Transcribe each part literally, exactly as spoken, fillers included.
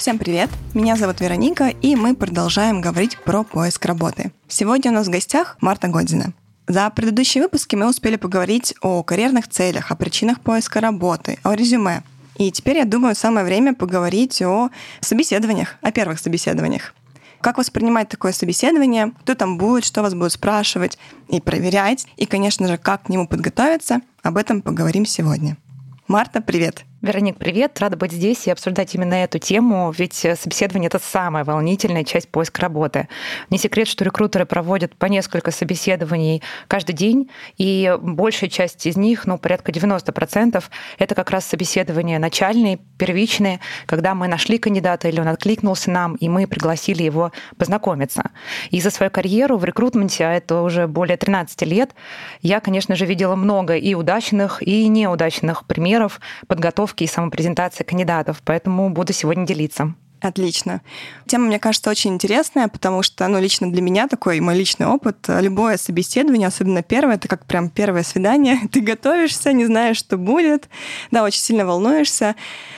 Всем привет! Меня зовут Вероника, и мы продолжаем говорить про поиск работы. Сегодня у нас в гостях Марта Годзина. За предыдущие выпуски мы успели поговорить о карьерных целях, о причинах поиска работы, о резюме. И теперь, я думаю, самое время поговорить о собеседованиях, о первых собеседованиях. Как воспринимать такое собеседование, кто там будет, что вас будут спрашивать и проверять, и, конечно же, как к нему подготовиться, об этом поговорим сегодня. Марта, привет! Вероник, привет! Рада быть здесь и обсуждать именно эту тему, ведь собеседование — это самая волнительная часть поиска работы. Не секрет, что рекрутеры проводят по несколько собеседований каждый день, и большая часть из них, ну, порядка девяносто процентов, это как раз собеседования начальные, первичные, когда мы нашли кандидата или он откликнулся нам, и мы пригласили его познакомиться. И за свою карьеру в рекрутменте, а это уже более тринадцать лет, я, конечно же, видела много и удачных, и неудачных примеров подготовки и самопрезентации кандидатов, поэтому буду сегодня делиться. Отлично. Тема, мне кажется, очень интересная, потому что, ну, лично для меня такой мой личный опыт, любое собеседование, особенно первое, это как прям первое свидание. Ты готовишься, не знаешь, что будет, да, очень сильно волнуешься.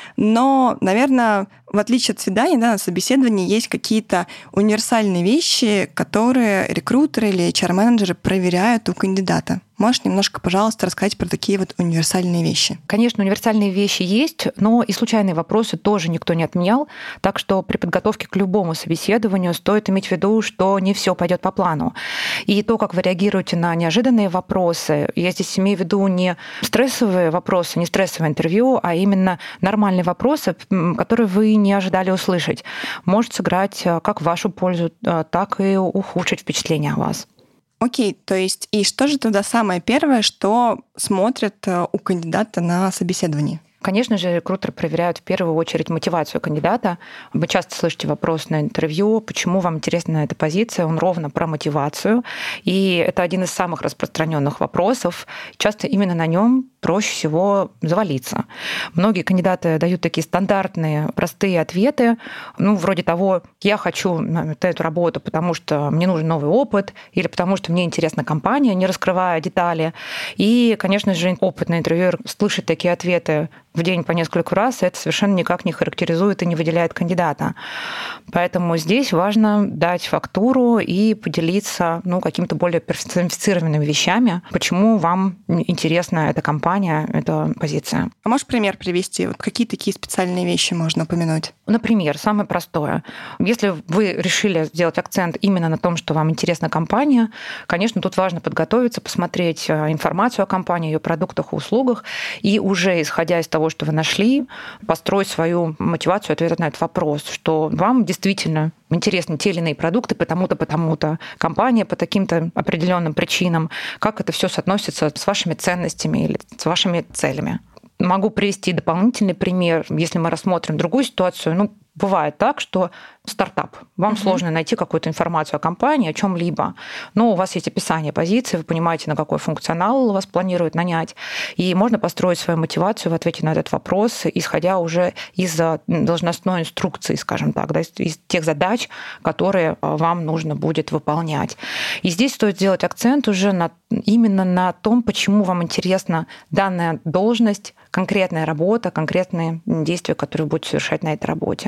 Но, наверное, в отличие от свидания, да, на собеседовании есть какие-то универсальные вещи, которые рекрутеры или эйч ар-менеджеры проверяют у кандидата. Можешь немножко, пожалуйста, рассказать про такие вот универсальные вещи? Конечно, универсальные вещи есть, но и случайные вопросы тоже никто не отменял. Так что при подготовке к любому собеседованию стоит иметь в виду, что не все пойдет по плану. И то, как вы реагируете на неожиданные вопросы, я здесь имею в виду не стрессовые вопросы, не стрессовое интервью, а именно нормальные вопросы, которые вы не ожидали услышать, может сыграть как в вашу пользу, так и ухудшить впечатление о вас. Окей, то есть и что же тогда самое первое, что смотрят у кандидата на собеседовании? Конечно же, рекрутеры проверяют в первую очередь мотивацию кандидата. Вы часто слышите вопрос на интервью, почему вам интересна эта позиция, он ровно про мотивацию. И это один из самых распространенных вопросов. Часто именно на нем проще всего завалиться. Многие кандидаты дают такие стандартные, простые ответы, ну, вроде того, я хочу эту работу, потому что мне нужен новый опыт, или потому что мне интересна компания, не раскрывая детали. И, конечно же, опытный интервьюер слышит такие ответы в день по несколько раз, и это совершенно никак не характеризует и не выделяет кандидата. Поэтому здесь важно дать фактуру и поделиться, ну, какими-то более персонифицированными вещами, почему вам интересна эта компания, эта позиция. А можешь пример привести? Вот какие такие специальные вещи можно упомянуть? Например, самое простое. Если вы решили сделать акцент именно на том, что вам интересна компания, конечно, тут важно подготовиться, посмотреть информацию о компании, ее продуктах и услугах, и уже исходя из того, что вы нашли, построить свою мотивацию, ответить на этот вопрос, что вам действительно интересны те или иные продукты потому-то, потому-то, компания по таким-то определенным причинам, как это все соотносится с вашими ценностями или с вашими целями. Могу привести дополнительный пример. Если мы рассмотрим другую ситуацию, ну, бывает так, что стартап. Вам uh-huh. сложно найти какую-то информацию о компании, о чем-либо, но у вас есть описание позиции, вы понимаете, на какой функционал вас планируют нанять, и можно построить свою мотивацию в ответе на этот вопрос, исходя уже из должностной инструкции, скажем так, да, из тех задач, которые вам нужно будет выполнять. И здесь стоит сделать акцент уже на, именно на том, почему вам интересна данная должность, конкретная работа, конкретные действия, которые вы будете совершать на этой работе.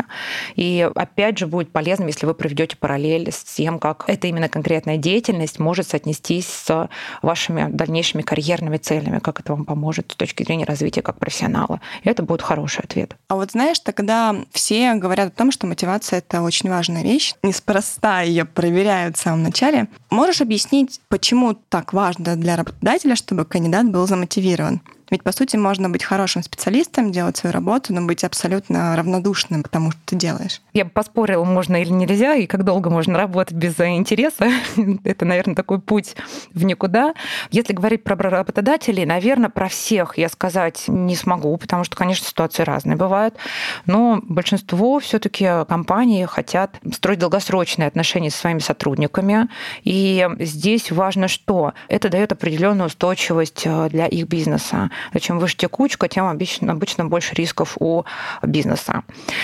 И опять же будет полезно, если вы проведете параллель с тем, как эта именно конкретная деятельность может соотнестись с вашими дальнейшими карьерными целями, как это вам поможет с точки зрения развития как профессионала. И это будет хороший ответ. А вот знаешь, тогда все говорят о том, что мотивация — это очень важная вещь. Неспроста ее проверяют в самом начале. Можешь объяснить, почему так важно для работодателя, чтобы кандидат был замотивирован? Ведь, по сути, можно быть хорошим специалистом, делать свою работу, но быть абсолютно равнодушным к тому, что ты делаешь. Я бы поспорила, можно или нельзя, и как долго можно работать без интереса. Это, наверное, такой путь в никуда. Если говорить про работодателей, наверное, про всех я сказать не смогу, потому что, конечно, ситуации разные бывают. Но большинство все-таки компаний хотят строить долгосрочные отношения со своими сотрудниками. И здесь важно что? Это дает определенную устойчивость для их бизнеса. Чем выше текучка, тем обычно, обычно больше рисков у бизнеса.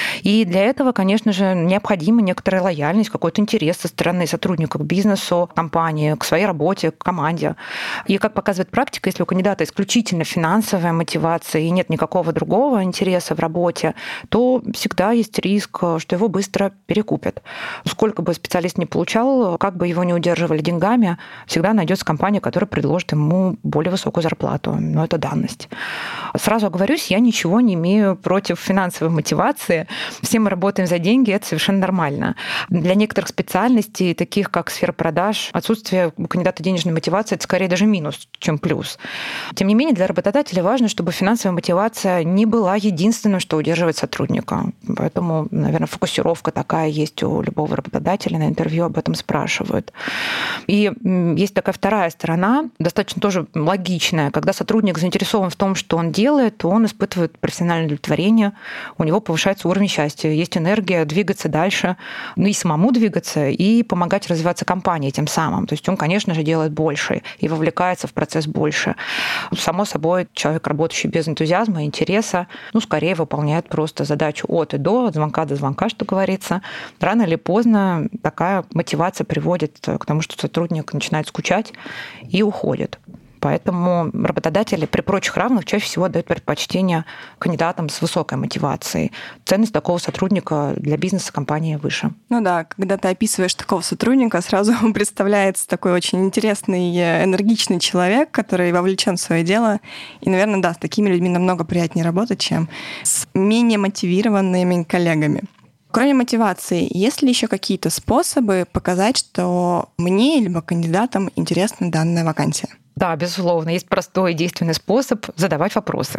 И для этого, конечно же, необходима некоторая лояльность, какой-то интерес со стороны сотрудника к бизнесу, к компании, к своей работе, к команде. И, как показывает практика, если у кандидата исключительно финансовая мотивация и нет никакого другого интереса в работе, то всегда есть риск, что его быстро перекупят. Сколько бы специалист ни получал, как бы его ни удерживали деньгами, всегда найдется компания, которая предложит ему более высокую зарплату. Но это данность. Сразу оговорюсь, я ничего не имею против финансовой мотивации. Все мы работаем за деньги, это совершенно нормально. Для некоторых специальностей, таких как сфера продаж, отсутствие у кандидата денежной мотивации — это скорее даже минус, чем плюс. Тем не менее, для работодателя важно, чтобы финансовая мотивация не была единственным, что удерживает сотрудника. Поэтому, наверное, фокусировка такая есть у любого работодателя, на интервью об этом спрашивают. И есть такая вторая сторона, достаточно тоже логичная. Когда сотрудник заинтересован в том, что он делает, то он испытывает профессиональное удовлетворение, у него повышается уровень счастья, есть энергия двигаться дальше, ну и самому двигаться, и помогать развиваться компании тем самым. То есть он, конечно же, делает больше и вовлекается в процесс больше. Само собой, человек, работающий без энтузиазма и интереса, ну, скорее выполняет просто задачу от и до, от звонка до звонка, что говорится. Рано или поздно такая мотивация приводит к тому, что сотрудник начинает скучать и уходит. Поэтому работодатели при прочих равных чаще всего дают предпочтение кандидатам с высокой мотивацией. Ценность такого сотрудника для бизнеса компании выше. Ну да, когда ты описываешь такого сотрудника, сразу представляется такой очень интересный, энергичный человек, который вовлечен в свое дело. И, наверное, да, с такими людьми намного приятнее работать, чем с менее мотивированными коллегами. Кроме мотивации, есть ли еще какие-то способы показать, что мне либо кандидатам интересна данная вакансия? Да, безусловно, есть простой и действенный способ задавать вопросы.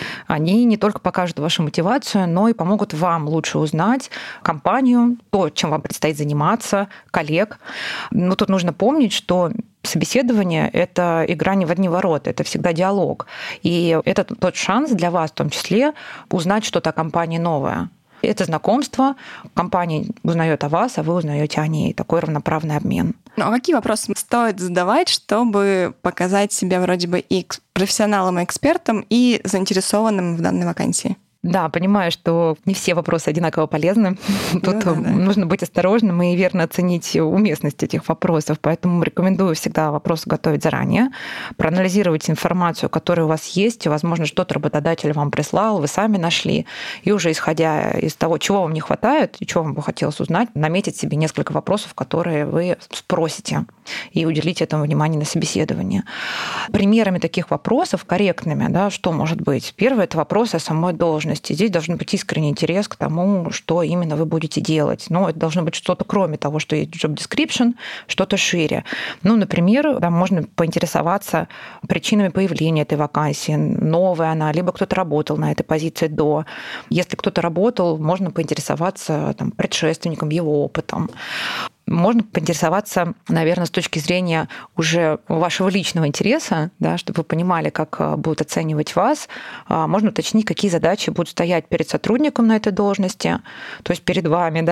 Они не только покажут вашу мотивацию, но и помогут вам лучше узнать компанию, то, чем вам предстоит заниматься, коллег. Но тут нужно помнить, что собеседование — это игра не в одни ворота, это всегда диалог. И это тот шанс для вас, в том числе, узнать что-то о компании новое. Это знакомство, компания узнает о вас, а вы узнаете о ней. Такой равноправный обмен. Ну а какие вопросы стоит задавать, чтобы показать себя вроде бы и профессионалом, и экспертом, и заинтересованным в данной вакансии? Да, понимаю, что не все вопросы одинаково полезны. Тут да, да, да. нужно быть осторожным и верно оценить уместность этих вопросов. Поэтому рекомендую всегда вопросы готовить заранее, проанализировать информацию, которая у вас есть. Возможно, что-то работодатель вам прислал, вы сами нашли. И уже исходя из того, чего вам не хватает и чего вам бы хотелось узнать, наметить себе несколько вопросов, которые вы спросите, и уделить этому внимание на собеседовании. Примерами таких вопросов корректными, да, что может быть? Первое — это вопросы о самой должности. Здесь должен быть искренний интерес к тому, что именно вы будете делать. Но это должно быть что-то кроме того, что есть job description, что-то шире. Ну, например, да, можно поинтересоваться причинами появления этой вакансии, новая она, либо кто-то работал на этой позиции до. Если кто-то работал, можно поинтересоваться там, предшественником, его опытом. Можно поинтересоваться, наверное, с точки зрения уже вашего личного интереса, да, чтобы вы понимали, как будут оценивать вас. Можно уточнить, какие задачи будут стоять перед сотрудником на этой должности, то есть перед вами,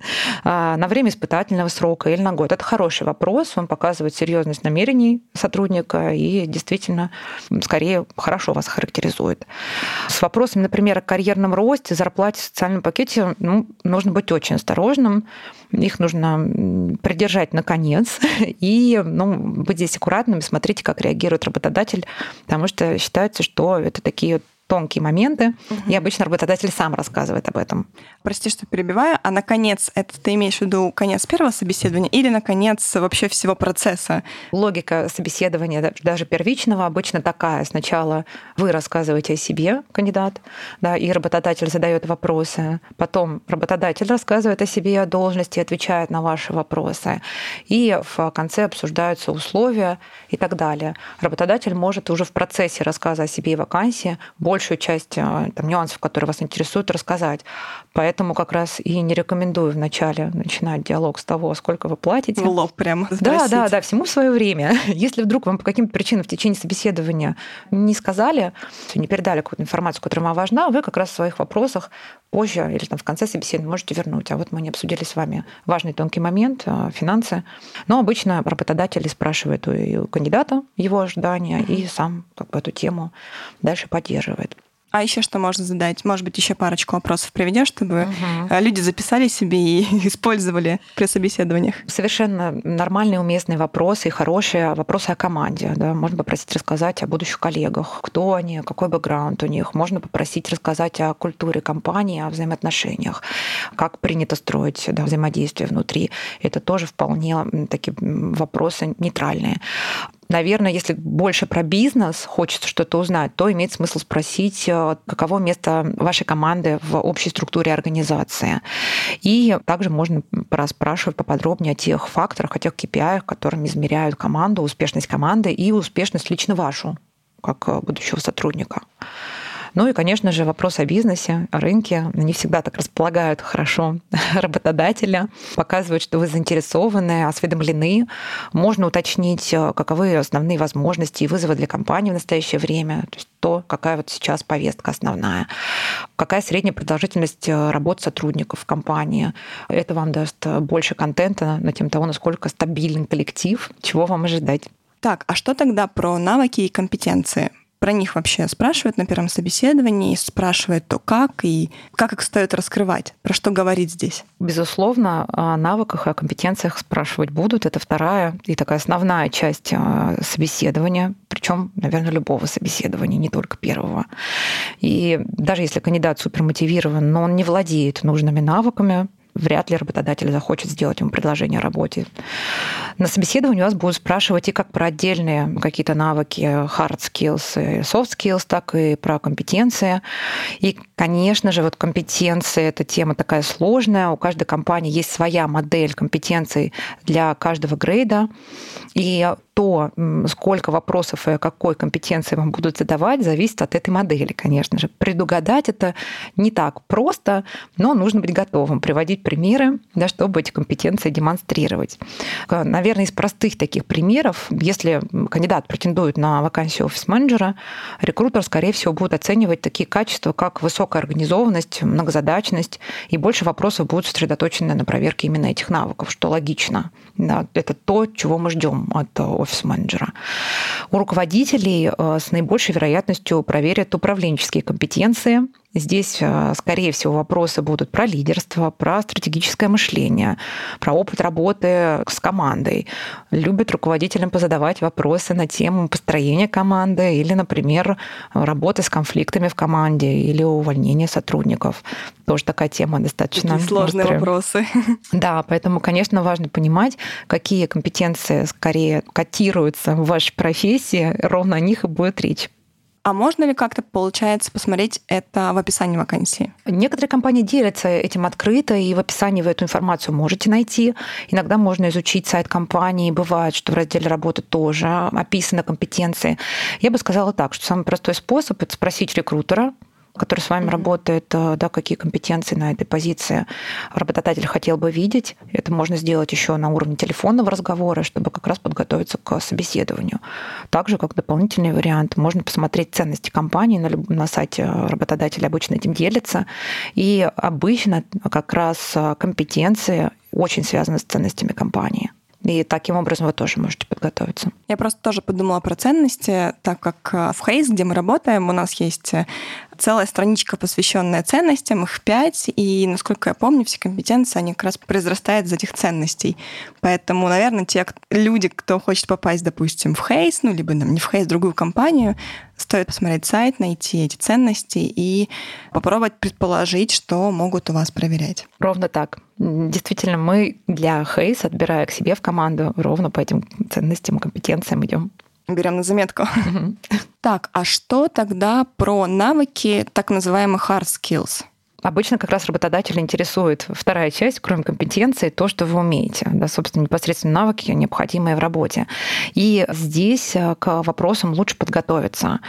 да, на время испытательного срока или на год. Это хороший вопрос, он показывает серьезность намерений сотрудника и действительно скорее хорошо вас характеризует. С вопросами, например, о карьерном росте, зарплате, социальном пакете, ну, нужно быть очень осторожным. Их нужно придержать наконец и ну, быть здесь аккуратными, смотрите, как реагирует работодатель, потому что считается, что это такие тонкие моменты, угу. и обычно работодатель сам рассказывает об этом. Прости, что перебиваю, а наконец, это ты имеешь в виду конец первого собеседования или наконец вообще всего процесса? Логика собеседования, даже первичного, обычно такая. Сначала вы рассказываете о себе, кандидат, да, и работодатель задает вопросы, потом работодатель рассказывает о себе и о должности, отвечает на ваши вопросы, и в конце обсуждаются условия и так далее. Работодатель может уже в процессе рассказа о себе и вакансии больше большую часть там, нюансов, которые вас интересуют, рассказать. Поэтому как раз и не рекомендую вначале начинать диалог с того, сколько вы платите. В лоб прямо. Да, да, да, всему в свое время. Если вдруг вам по каким-то причинам в течение собеседования не сказали, не передали какую-то информацию, которая вам важна, вы как раз в своих вопросах позже или там в конце собеседования можете вернуть. А вот мы не обсудили с вами важный тонкий момент, финансы. Но обычно работодатели спрашивают у кандидата его ожидания и сам как бы эту тему дальше поддерживает. А еще что можно задать? Может быть, еще парочку вопросов приведешь, чтобы угу. люди записали себе и использовали при собеседованиях? Совершенно нормальные, уместные вопросы и хорошие вопросы о команде. Да? Можно попросить рассказать о будущих коллегах, кто они, какой бэкграунд у них. Можно попросить рассказать о культуре компании, о взаимоотношениях, как принято строить да, взаимодействие внутри. Это тоже вполне такие вопросы нейтральные. Наверное, если больше про бизнес хочется что-то узнать, то имеет смысл спросить, каково место вашей команды в общей структуре организации. И также можно пораспрашивать поподробнее о тех факторах, о тех кей пи ай, которыми измеряют команду, успешность команды и успешность лично вашу, как будущего сотрудника. Ну и, конечно же, вопрос о бизнесе, о рынке. Они всегда так располагают хорошо работодателя, показывают, что вы заинтересованы, осведомлены. Можно уточнить, каковы основные возможности и вызовы для компании в настоящее время, то есть то, какая вот сейчас повестка основная, какая средняя продолжительность работы сотрудников в компании. Это вам даст больше контента на тему того, насколько стабилен коллектив, чего вам ожидать. Так, а что тогда про навыки и компетенции? Про них вообще спрашивают на первом собеседовании, спрашивают то как и как их стоит раскрывать, про что говорить здесь? Безусловно, о навыках и о компетенциях спрашивать будут. Это вторая и такая основная часть собеседования, причем, наверное, любого собеседования, не только первого. И даже если кандидат супермотивирован, но он не владеет нужными навыками, вряд ли работодатель захочет сделать ему предложение о работе. На собеседовании вас будут спрашивать и как про отдельные какие-то навыки, hard skills и soft skills, так и про компетенции. И, конечно же, вот компетенции — это тема такая сложная. У каждой компании есть своя модель компетенций для каждого грейда. И то, сколько вопросов и какой компетенции вам будут задавать, зависит от этой модели, конечно же. Предугадать это не так просто, но нужно быть готовым приводить примеры, да, чтобы эти компетенции демонстрировать. Наверное, из простых таких примеров, если кандидат претендует на вакансию офис-менеджера, рекрутер, скорее всего, будет оценивать такие качества, как высокая организованность, многозадачность, и больше вопросов будут сосредоточены на проверке именно этих навыков, что логично. Да, это то, чего мы ждем от офис-менеджера. У руководителей с наибольшей вероятностью проверят управленческие компетенции. Здесь, скорее всего, вопросы будут про лидерство, про стратегическое мышление, про опыт работы с командой. Любят руководителям позадавать вопросы на тему построения команды или, например, работы с конфликтами в команде или увольнения сотрудников. Тоже такая тема достаточно Такие сложные острая. Вопросы. Да, поэтому, конечно, важно понимать, какие компетенции скорее котируются в вашей профессии, ровно о них и будет речь. А можно ли как-то, получается, посмотреть это в описании вакансии? Некоторые компании делятся этим открыто, и в описании вы эту информацию можете найти. Иногда можно изучить сайт компании. Бывает, что в разделе работы тоже описаны компетенции. Я бы сказала так, что самый простой способ — это спросить рекрутера, который с вами mm-hmm. работает, да, какие компетенции на этой позиции работодатель хотел бы видеть. Это можно сделать еще на уровне телефонного разговора, чтобы как раз подготовиться к собеседованию. Также, как дополнительный вариант, можно посмотреть ценности компании. На, на сайте работодателя обычно этим делятся. И обычно как раз компетенции очень связаны с ценностями компании. И таким образом вы тоже можете подготовиться. Я просто тоже подумала про ценности, так как в Хейс, где мы работаем, у нас есть целая страничка, посвященная ценностям, их пять, и, насколько я помню, все компетенции, они как раз произрастают из этих ценностей. Поэтому, наверное, те люди, кто хочет попасть, допустим, в Хейс, ну, либо не в Хейс, в другую компанию, стоит посмотреть сайт, найти эти ценности и попробовать предположить, что могут у вас проверять. Ровно так. Действительно, мы для Хейс, отбирая к себе в команду, ровно по этим ценностям и компетенциям идем. Берем на заметку. Mm-hmm. Так, а что тогда про навыки так называемых hard skills? Обычно как раз работодателя интересует вторая часть, кроме компетенции, то, что вы умеете, да, собственно, непосредственно навыки, необходимые в работе. И здесь к вопросам лучше подготовиться.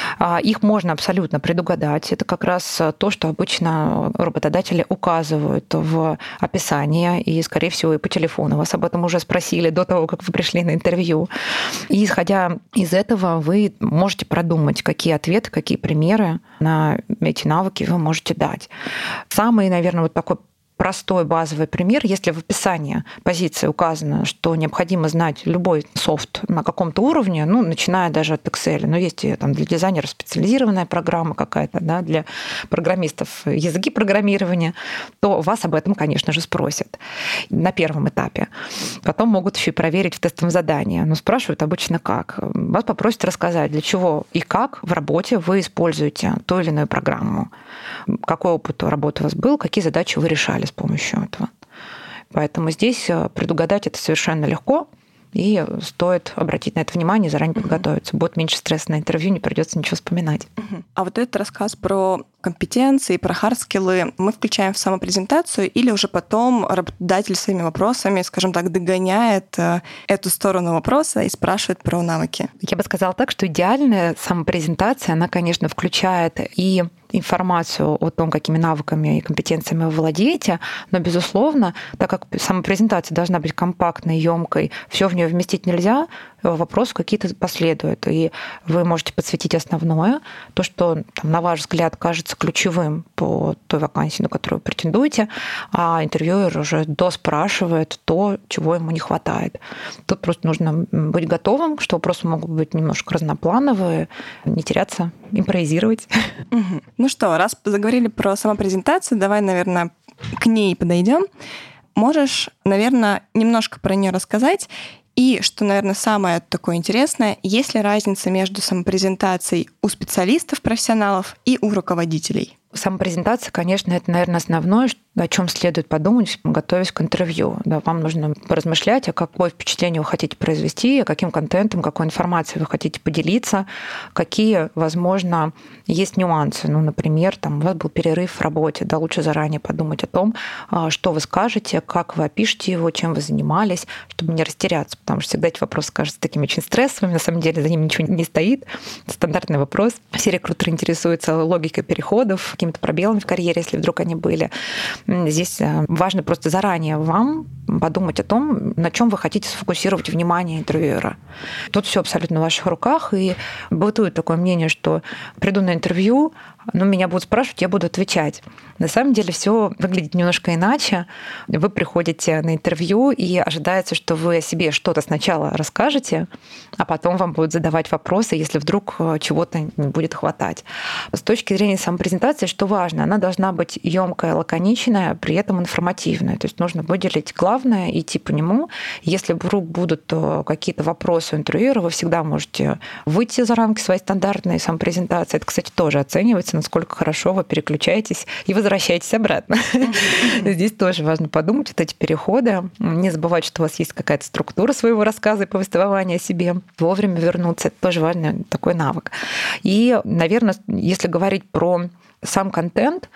Их можно абсолютно предугадать. Это как раз то, что обычно работодатели указывают в описании, и, скорее всего, и по телефону вас об этом уже спросили до того, как вы пришли на интервью. И, исходя из этого, вы можете продумать, какие ответы, какие примеры на эти навыки вы можете дать. Самый, наверное, вот такой простой базовый пример, если в описании позиции указано, что необходимо знать любой софт на каком-то уровне, ну, начиная даже от Excel, но есть и там для дизайнеров специализированная программа какая-то, да, для программистов языки программирования, то вас об этом, конечно же, спросят на первом этапе. Потом могут еще и проверить в тестовом задании. Но спрашивают обычно как. Вас попросят рассказать, для чего и как в работе вы используете ту или иную программу, какой опыт работы у вас был, какие задачи вы решали с помощью этого. Поэтому здесь предугадать это совершенно легко, и стоит обратить на это внимание, заранее подготовиться. Будет меньше стресса на интервью, не придется ничего вспоминать. А вот этот рассказ про компетенции, про хардскиллы мы включаем в самопрезентацию или уже потом работодатель своими вопросами, скажем так, догоняет эту сторону вопроса и спрашивает про навыки? Я бы сказала так, что идеальная самопрезентация, она, конечно, включает и информацию о том, какими навыками и компетенциями вы владеете, но, безусловно, так как самопрезентация должна быть компактной, емкой, все в нее вместить нельзя, вопросы какие-то последуют. И вы можете подсветить основное, то, что, там, на ваш взгляд, кажется ключевым по той вакансии, на которую вы претендуете, а интервьюер уже доспрашивает то, чего ему не хватает. Тут просто нужно быть готовым, что вопросы могут быть немножко разноплановые, не теряться, импровизировать. Угу. Ну что, раз заговорили про самопрезентацию, давай, наверное, к ней подойдем. Можешь, наверное, немножко про нее рассказать? И, что, наверное, самое такое интересное, есть ли разница между самопрезентацией у специалистов, профессионалов и у руководителей? Самопрезентация, конечно, это, наверное, основное, о чем следует подумать, готовясь к интервью. Да, вам нужно поразмышлять, а какое впечатление вы хотите произвести, каким контентом, какой информацией вы хотите поделиться, какие, возможно, есть нюансы. Ну, например, там, у вас был перерыв в работе, да, лучше заранее подумать о том, что вы скажете, как вы опишете его, чем вы занимались, чтобы не растеряться, потому что всегда эти вопросы кажутся такими очень стрессовыми, на самом деле за ним ничего не стоит. Стандартный вопрос. Все рекрутеры интересуются логикой переходов, какими-то пробелами в карьере, если вдруг они были. Здесь важно просто заранее вам подумать о том, на чем вы хотите сфокусировать внимание интервьюера. Тут все абсолютно в ваших руках, и бытует такое мнение, что приду на интервью, ну, меня будут спрашивать, я буду отвечать. На самом деле все выглядит немножко иначе. Вы приходите на интервью, и ожидается, что вы о себе что-то сначала расскажете, а потом вам будут задавать вопросы, если вдруг чего-то не будет хватать. С точки зрения самопрезентации, что важно, она должна быть ёмкая, лаконичная, при этом информативная. То есть нужно выделить главное, идти по нему. Если вдруг будут какие-то вопросы у интервьюера, вы всегда можете выйти за рамки своей стандартной самопрезентации. Это, кстати, тоже оценивается, насколько хорошо вы переключаетесь и возвращаетесь обратно. Mm-hmm. Здесь тоже важно подумать, вот эти переходы, не забывать, что у вас есть какая-то структура своего рассказа и повествования о себе, вовремя вернуться, это тоже важный такой навык. И, наверное, если говорить про сам контент,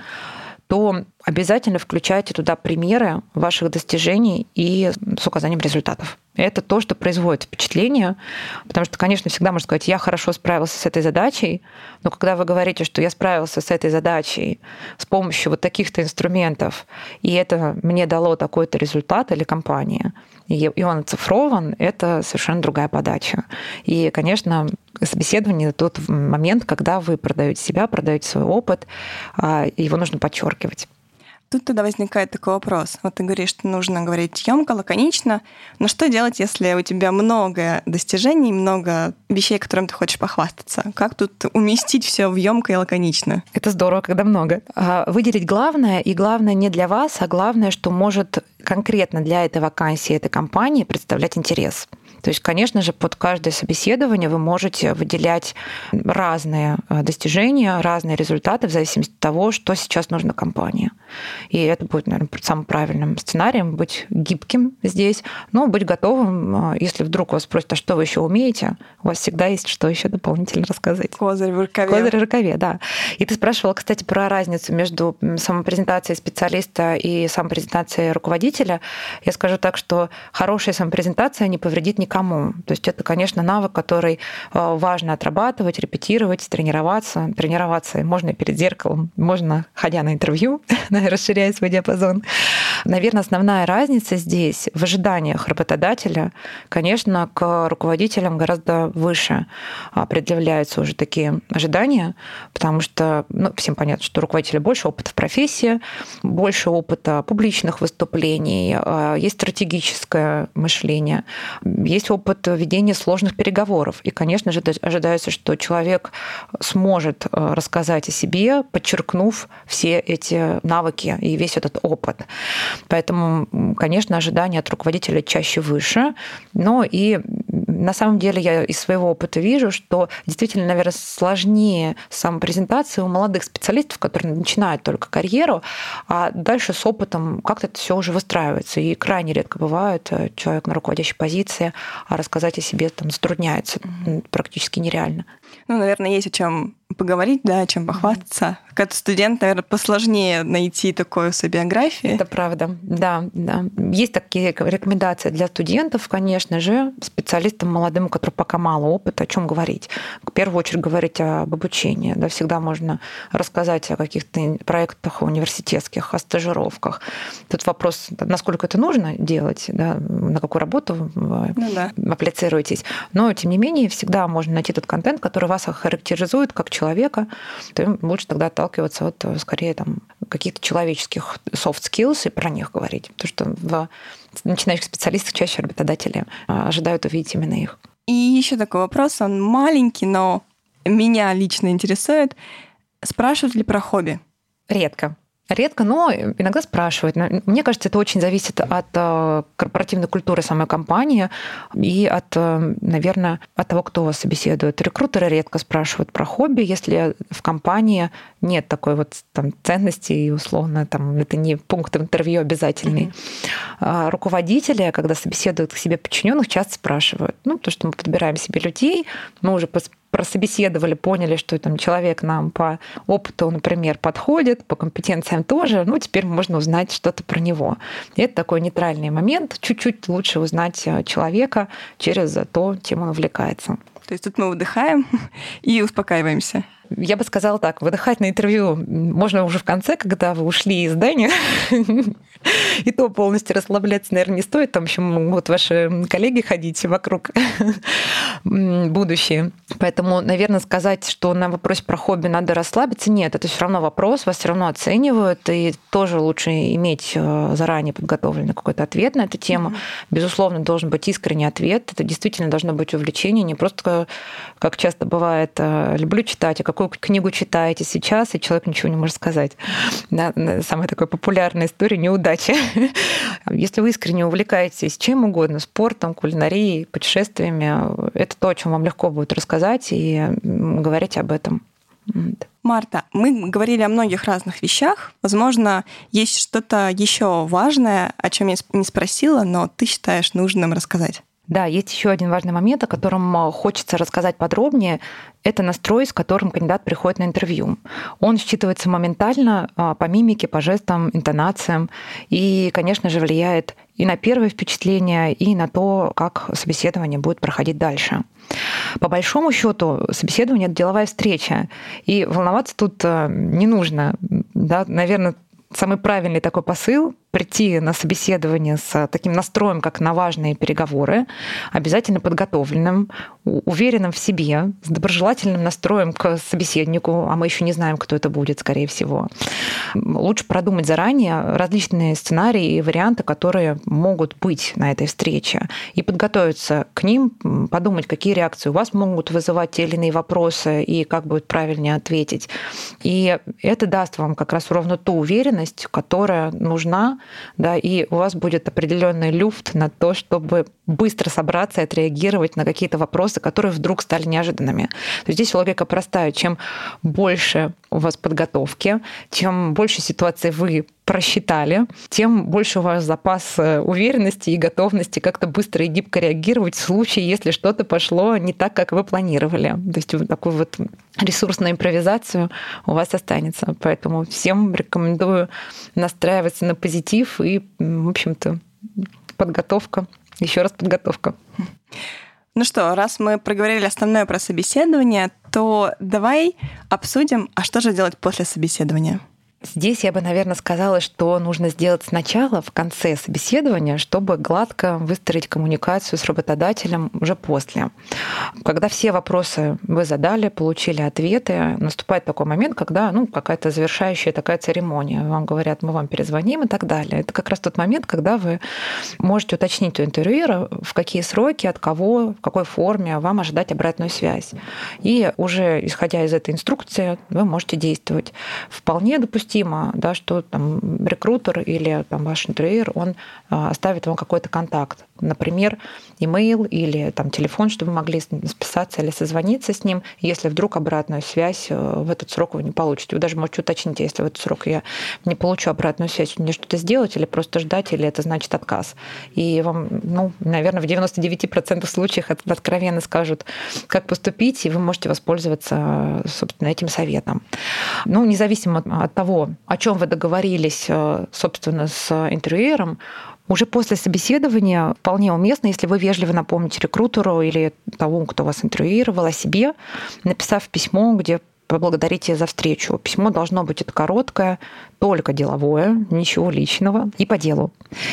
то обязательно включайте туда примеры ваших достижений и с указанием результатов. Это то, что производит впечатление, потому что, конечно, всегда можно сказать, я хорошо справился с этой задачей, но когда вы говорите, что я справился с этой задачей с помощью вот таких-то инструментов, и это мне дало такой-то результат или компания, и он оцифрован, это совершенно другая подача. И, конечно, собеседование — это тот момент, когда вы продаете себя, продаете свой опыт, его нужно подчеркивать. Тут тогда возникает такой вопрос. Вот ты говоришь, что нужно говорить ёмко, лаконично, но что делать, если у тебя много достижений, много вещей, которым ты хочешь похвастаться? Как тут уместить все в ёмко и лаконично? Это здорово, когда много. Выделить главное, и главное не для вас, а главное, что может конкретно для этой вакансии, этой компании представлять интерес. То есть, конечно же, под каждое собеседование вы можете выделять разные достижения, разные результаты в зависимости от того, что сейчас нужно компании. И это будет, наверное, самым правильным сценарием — быть гибким здесь, но быть готовым, если вдруг вас спросят, а что вы еще умеете, у вас всегда есть что еще дополнительно рассказать. Козырь в рукаве. Козырь в рукаве, да. И ты спрашивала, кстати, про разницу между самопрезентацией специалиста и самопрезентацией руководителя. Я скажу так, что хорошая самопрезентация не повредит никому. То есть это, конечно, навык, который важно отрабатывать, репетировать, тренироваться. Тренироваться можно перед зеркалом, можно ходя на интервью, расширяя свой диапазон. Наверное, основная разница здесь в ожиданиях работодателя. Конечно, к руководителям гораздо выше предъявляются уже такие ожидания, потому что ну, всем понятно, что у руководителя больше опыта в профессии, больше опыта публичных выступлений, есть стратегическое мышление, есть опыт ведения сложных переговоров. И, конечно же, ожидается, что человек сможет рассказать о себе, подчеркнув все эти навыки и весь этот опыт. Поэтому, конечно, ожидания от руководителя чаще выше. Но и на самом деле я из своего опыта вижу, что действительно, наверное, сложнее самопрезентации у молодых специалистов, которые начинают только карьеру, а дальше с опытом как-то это все уже выстраивается. И крайне редко бывает человек на руководящей позиции, а рассказать о себе там затрудняется. Mm-hmm. Практически нереально. Ну, наверное, есть о чем поговорить, да, о чем похвастаться. Как студент, наверное, посложнее найти такое в своей биографии. Это правда, да, да. Есть такие рекомендации для студентов, конечно же, специалистам молодым, у которых пока мало опыта, о чем говорить. В первую очередь говорить об обучении. Да, всегда можно рассказать о каких-то проектах университетских, о стажировках. Тут вопрос, насколько это нужно делать, да, на какую работу вы ну, да. апплицируетесь. Но, тем не менее, всегда можно найти тот контент, который вас характеризует как человека, то лучше тогда отталкиваться от, скорее, там, каких-то человеческих soft skills и про них говорить. Потому что в начинающих специалистах чаще работодатели ожидают увидеть именно их. И еще такой вопрос, он маленький, но меня лично интересует. Спрашивают ли про хобби? Редко. Редко, но иногда спрашивают. Мне кажется, это очень зависит от корпоративной культуры самой компании и от, наверное, от того, кто вас собеседует. Рекрутеры редко спрашивают про хобби, если в компании нет такой вот там ценности и условно там это не пункт в интервью обязательный. Mm-hmm. Руководители, когда собеседуют к себе подчиненных, часто спрашивают. Ну, потому что мы подбираем себе людей, мы уже прособеседовали, поняли, что там человек нам по опыту, например, подходит, по компетенциям тоже, ну, теперь можно узнать что-то про него. И это такой нейтральный момент, чуть-чуть лучше узнать человека через то, чем он увлекается. То есть тут мы выдыхаем и успокаиваемся. Я бы сказала так, выдыхать на интервью можно уже в конце, когда вы ушли из здания. И то полностью расслабляться, наверное, не стоит. Там еще могут ваши коллеги ходить вокруг будущее. Поэтому, наверное, сказать, что на вопросе про хобби надо расслабиться, нет, это все равно вопрос, вас все равно оценивают, и тоже лучше иметь заранее подготовленный какой-то ответ на эту тему. Безусловно, должен быть искренний ответ. Это действительно должно быть увлечение, не просто, как часто бывает, люблю читать, а какую книгу читаете сейчас, и человек ничего не может сказать. Да, самая такая популярная история — неудача. Если вы искренне увлекаетесь чем угодно, спортом, кулинарией, путешествиями, это то, о чем вам легко будет рассказать и говорить об этом. Марта, мы говорили о многих разных вещах. Возможно, есть что-то еще важное, о чем я не спросила, но ты считаешь нужным рассказать. Да, есть еще один важный момент, о котором хочется рассказать подробнее. Это настрой, с которым кандидат приходит на интервью. Он считывается моментально по мимике, по жестам, интонациям и, конечно же, влияет и на первое впечатление, и на то, как собеседование будет проходить дальше. По большому счету, собеседование — это деловая встреча, и волноваться тут не нужно. Да, наверное, самый правильный такой посыл — прийти на собеседование с таким настроем, как на важные переговоры, обязательно подготовленным, уверенным в себе, с доброжелательным настроем к собеседнику, а мы еще не знаем, кто это будет, скорее всего. Лучше продумать заранее различные сценарии и варианты, которые могут быть на этой встрече, и подготовиться к ним, подумать, какие реакции у вас могут вызывать те или иные вопросы и как будет правильнее ответить. И это даст вам как раз ровно ту уверенность, которая нужна да, и у вас будет определенный люфт на то, чтобы быстро собраться и отреагировать на какие-то вопросы, которые вдруг стали неожиданными. То есть здесь логика простая. Чем больше у вас подготовки, чем больше ситуаций вы просчитали, тем больше у вас запас уверенности и готовности как-то быстро и гибко реагировать в случае, если что-то пошло не так, как вы планировали. То есть вот такую вот ресурс на импровизацию у вас останется. Поэтому всем рекомендую настраиваться на позитив и, в общем-то, подготовка. Еще раз подготовка. Ну что, раз мы проговорили основное про собеседование, то давай обсудим, а что же делать после собеседования? Здесь я бы, наверное, сказала, что нужно сделать сначала, в конце собеседования, чтобы гладко выстроить коммуникацию с работодателем уже после. Когда все вопросы вы задали, получили ответы, наступает такой момент, когда ну, какая-то завершающая такая церемония. Вам говорят, мы вам перезвоним и так далее. Это как раз тот момент, когда вы можете уточнить у интервьюера, в какие сроки, от кого, в какой форме вам ожидать обратную связь. И уже исходя из этой инструкции, вы можете действовать. Вполне допустимо, да, что там рекрутер или там, ваш интервьюер, он оставит вам какой-то контакт. Например, имейл или там, телефон, чтобы вы могли списаться или созвониться с ним, если вдруг обратную связь в этот срок вы не получите. Вы даже можете уточнить, если в этот срок я не получу обратную связь, мне что-то сделать или просто ждать, или это значит отказ. И вам, ну, наверное, в девяноста девяти процентах случаев откровенно скажут, как поступить, и вы можете воспользоваться, собственно, этим советом. Ну, независимо от того, о чем вы договорились, собственно, с интервьюером, уже после собеседования вполне уместно, если вы вежливо напомните рекрутеру или тому, кто вас интервьюировал, о себе, написав письмо, где поблагодарите за встречу. Письмо должно быть это короткое, только деловое, ничего личного и по делу.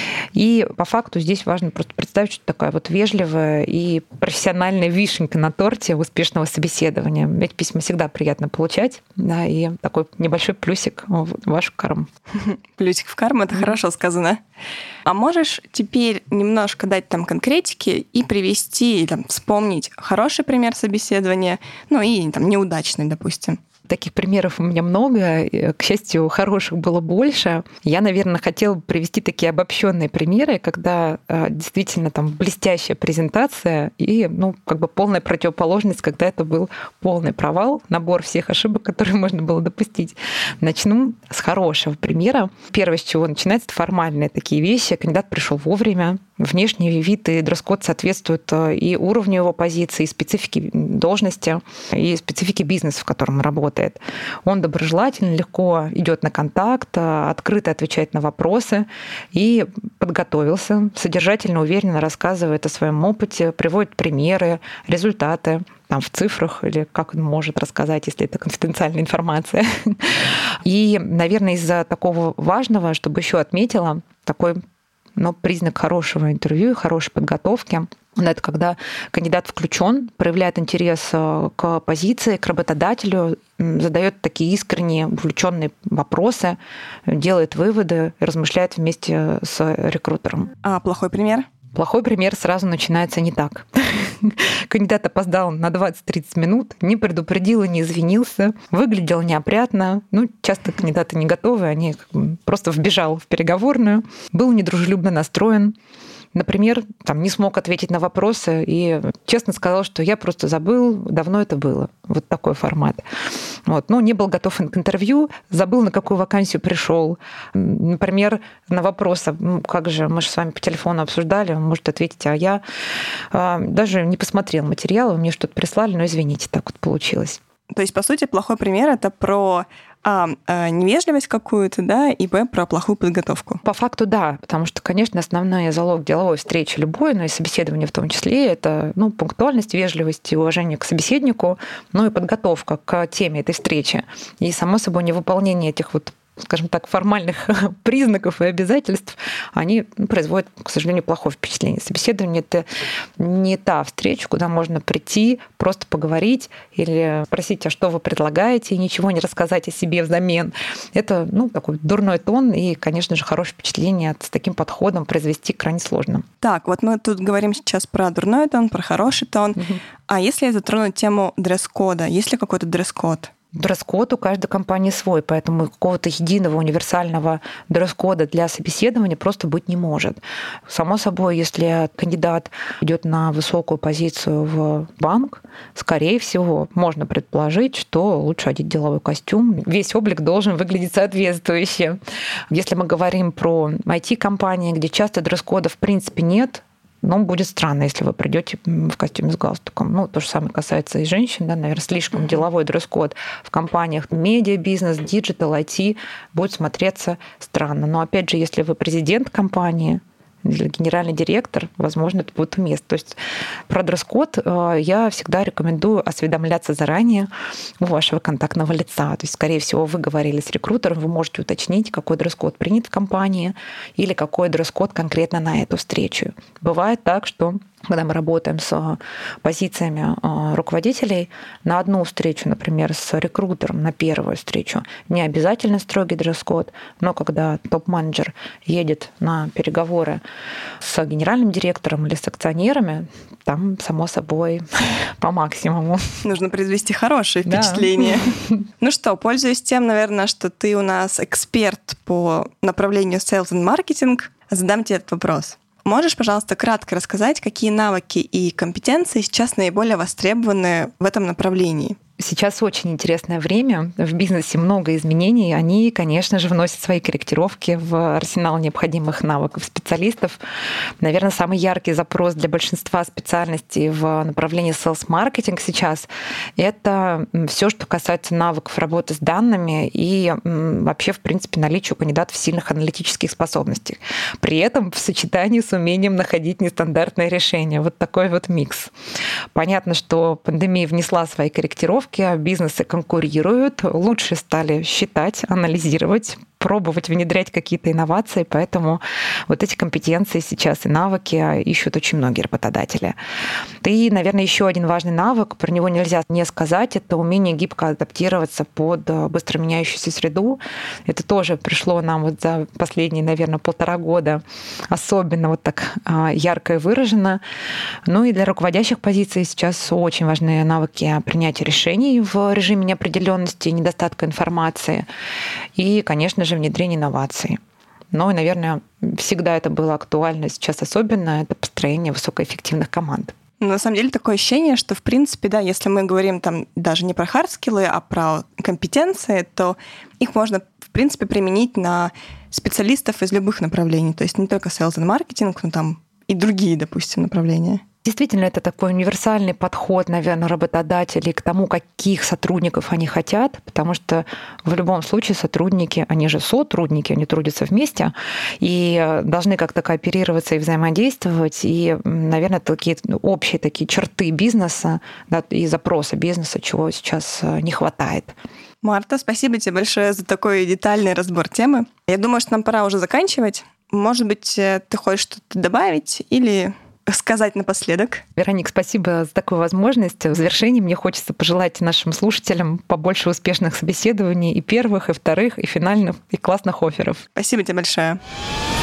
И по факту здесь важно просто представить, что такая вот вежливая и профессиональная вишенка на торте успешного собеседования. Эти письма всегда приятно получать, да, и такой небольшой плюсик в вашу карму. Плюсик в карму — это хорошо сказано. А можешь теперь немножко дать там конкретики и привести, там, вспомнить хороший пример собеседования, ну и там неудачный, допустим? Таких примеров у меня много. К счастью, хороших было больше. Я, наверное, хотела бы привести такие обобщенные примеры, когда действительно там блестящая презентация и ну, как бы полная противоположность, когда это был полный провал, набор всех ошибок, которые можно было допустить. Начну с хорошего примера. Первое, с чего начинается, это формальные такие вещи. Кандидат пришел вовремя, внешний вид и дресс-код соответствуют и уровню его позиции, и специфике должности, и специфике бизнеса, в котором он работает. Он доброжелательно, легко идет на контакт, открыто отвечает на вопросы и подготовился, содержательно, уверенно рассказывает о своем опыте, приводит примеры, результаты там, в цифрах или как он может рассказать, если это конфиденциальная информация. И, наверное, из-за такого важного, чтобы еще отметила, такой но признак хорошего интервью, хорошей подготовки — это когда кандидат включен, проявляет интерес к позиции, к работодателю, задает такие искренние, увлеченные вопросы, делает выводы, размышляет вместе с рекрутером. А плохой пример? Плохой пример сразу начинается не так. Кандидат опоздал на двадцать-тридцать минут, не предупредил и не извинился, выглядел неопрятно. Ну, часто кандидаты не готовы, они просто вбежал в переговорную, был недружелюбно настроен. Например, там, не смог ответить на вопросы и честно сказал, что я просто забыл, давно это было. Вот такой формат. Вот. Ну, не был готов к интервью, забыл, на какую вакансию пришел. Например, на вопрос, ну, как же, мы же с вами по телефону обсуждали, он может ответить, а я а, даже не посмотрел материалы, мне что-то прислали, но извините, так вот получилось. То есть, по сути, плохой пример — это про А, невежливость какую-то, да, и Б, про плохую подготовку. По факту, да, потому что, конечно, основной залог деловой встречи любой, но и собеседования в том числе, это ну, пунктуальность, вежливость и уважение к собеседнику, ну и подготовка к теме этой встречи. И, само собой, невыполнение этих вот, скажем так, формальных признаков и обязательств, они производят, к сожалению, плохое впечатление. Собеседование — это не та встреча, куда можно прийти, просто поговорить или спросить, а что вы предлагаете, и ничего не рассказать о себе взамен. Это ну, такой дурной тон, и, конечно же, хорошее впечатление с таким подходом произвести крайне сложно. Так, вот мы тут говорим сейчас про дурной тон, про хороший тон. Угу. А если затронуть тему дресс-кода, есть ли какой-то дресс-код? Дресс-код у каждой компании свой, поэтому какого-то единого универсального дресс-кода для собеседования просто быть не может. Само собой, если кандидат идет на высокую позицию в банк, скорее всего, можно предположить, что лучше одеть деловой костюм. Весь облик должен выглядеть соответствующе. Если мы говорим про ай ти-компании, где часто дресс-кода в принципе нет, но будет странно, если вы придете в костюме с галстуком. Ну, то же самое касается и женщин, да, наверное, слишком mm-hmm. деловой дресс-код в компаниях медиа, бизнес, диджитал, ай ти будет смотреться странно. Но опять же, если вы президент компании, или генеральный директор, возможно, это будет уместно. То есть про дресс-код я всегда рекомендую осведомляться заранее у вашего контактного лица. То есть, скорее всего, вы говорили с рекрутером, вы можете уточнить, какой дресс-код принят в компании или какой дресс-код конкретно на эту встречу. Бывает так, что когда мы работаем с позициями руководителей, на одну встречу, например, с рекрутером, на первую встречу, не обязательно строгий дресс-код, но когда топ-менеджер едет на переговоры с генеральным директором или с акционерами, там, само собой, по максимуму. Нужно произвести хорошее впечатление. Да. Ну что, пользуясь тем, наверное, что ты у нас эксперт по направлению Sales and Marketing, задам тебе этот вопрос. Можешь, пожалуйста, кратко рассказать, какие навыки и компетенции сейчас наиболее востребованы в этом направлении? Сейчас очень интересное время. В бизнесе много изменений. Они, конечно же, вносят свои корректировки в арсенал необходимых навыков специалистов. Наверное, самый яркий запрос для большинства специальностей в направлении sales-маркетинг сейчас — это все, что касается навыков работы с данными и вообще, в принципе, наличия у кандидатов сильных аналитических способностей. При этом в сочетании с умением находить нестандартные решения. Вот такой вот микс. Понятно, что пандемия внесла свои корректировки, бизнесы конкурируют, лучше стали считать, анализировать, пробовать внедрять какие-то инновации, поэтому вот эти компетенции сейчас и навыки ищут очень многие работодатели. И, наверное, еще один важный навык, про него нельзя не сказать, это умение гибко адаптироваться под быстро меняющуюся среду. Это тоже пришло нам вот за последние, наверное, полтора года особенно вот так ярко и выражено. Ну и для руководящих позиций сейчас очень важны навыки принятия решений в режиме неопределенности, недостатка информации и, конечно же, внедрение инноваций. Но, наверное, всегда это было актуально, сейчас особенно это построение высокоэффективных команд. На самом деле такое ощущение, что, в принципе, да, если мы говорим там даже не про хардскиллы, а про компетенции, то их можно, в принципе, применить на специалистов из любых направлений. То есть не только sales and marketing, но там и другие, допустим, направления. Действительно, это такой универсальный подход, наверное, работодателей к тому, каких сотрудников они хотят, потому что в любом случае сотрудники, они же сотрудники, они трудятся вместе и должны как-то кооперироваться и взаимодействовать. И, наверное, такие общие такие черты бизнеса, да, и запросы бизнеса, чего сейчас не хватает. Марта, спасибо тебе большое за такой детальный разбор темы. Я думаю, что нам пора уже заканчивать. Может быть, ты хочешь что-то добавить или сказать напоследок? Вероник, спасибо за такую возможность. В завершении мне хочется пожелать нашим слушателям побольше успешных собеседований и первых, и вторых, и финальных, и классных офферов. Спасибо тебе большое.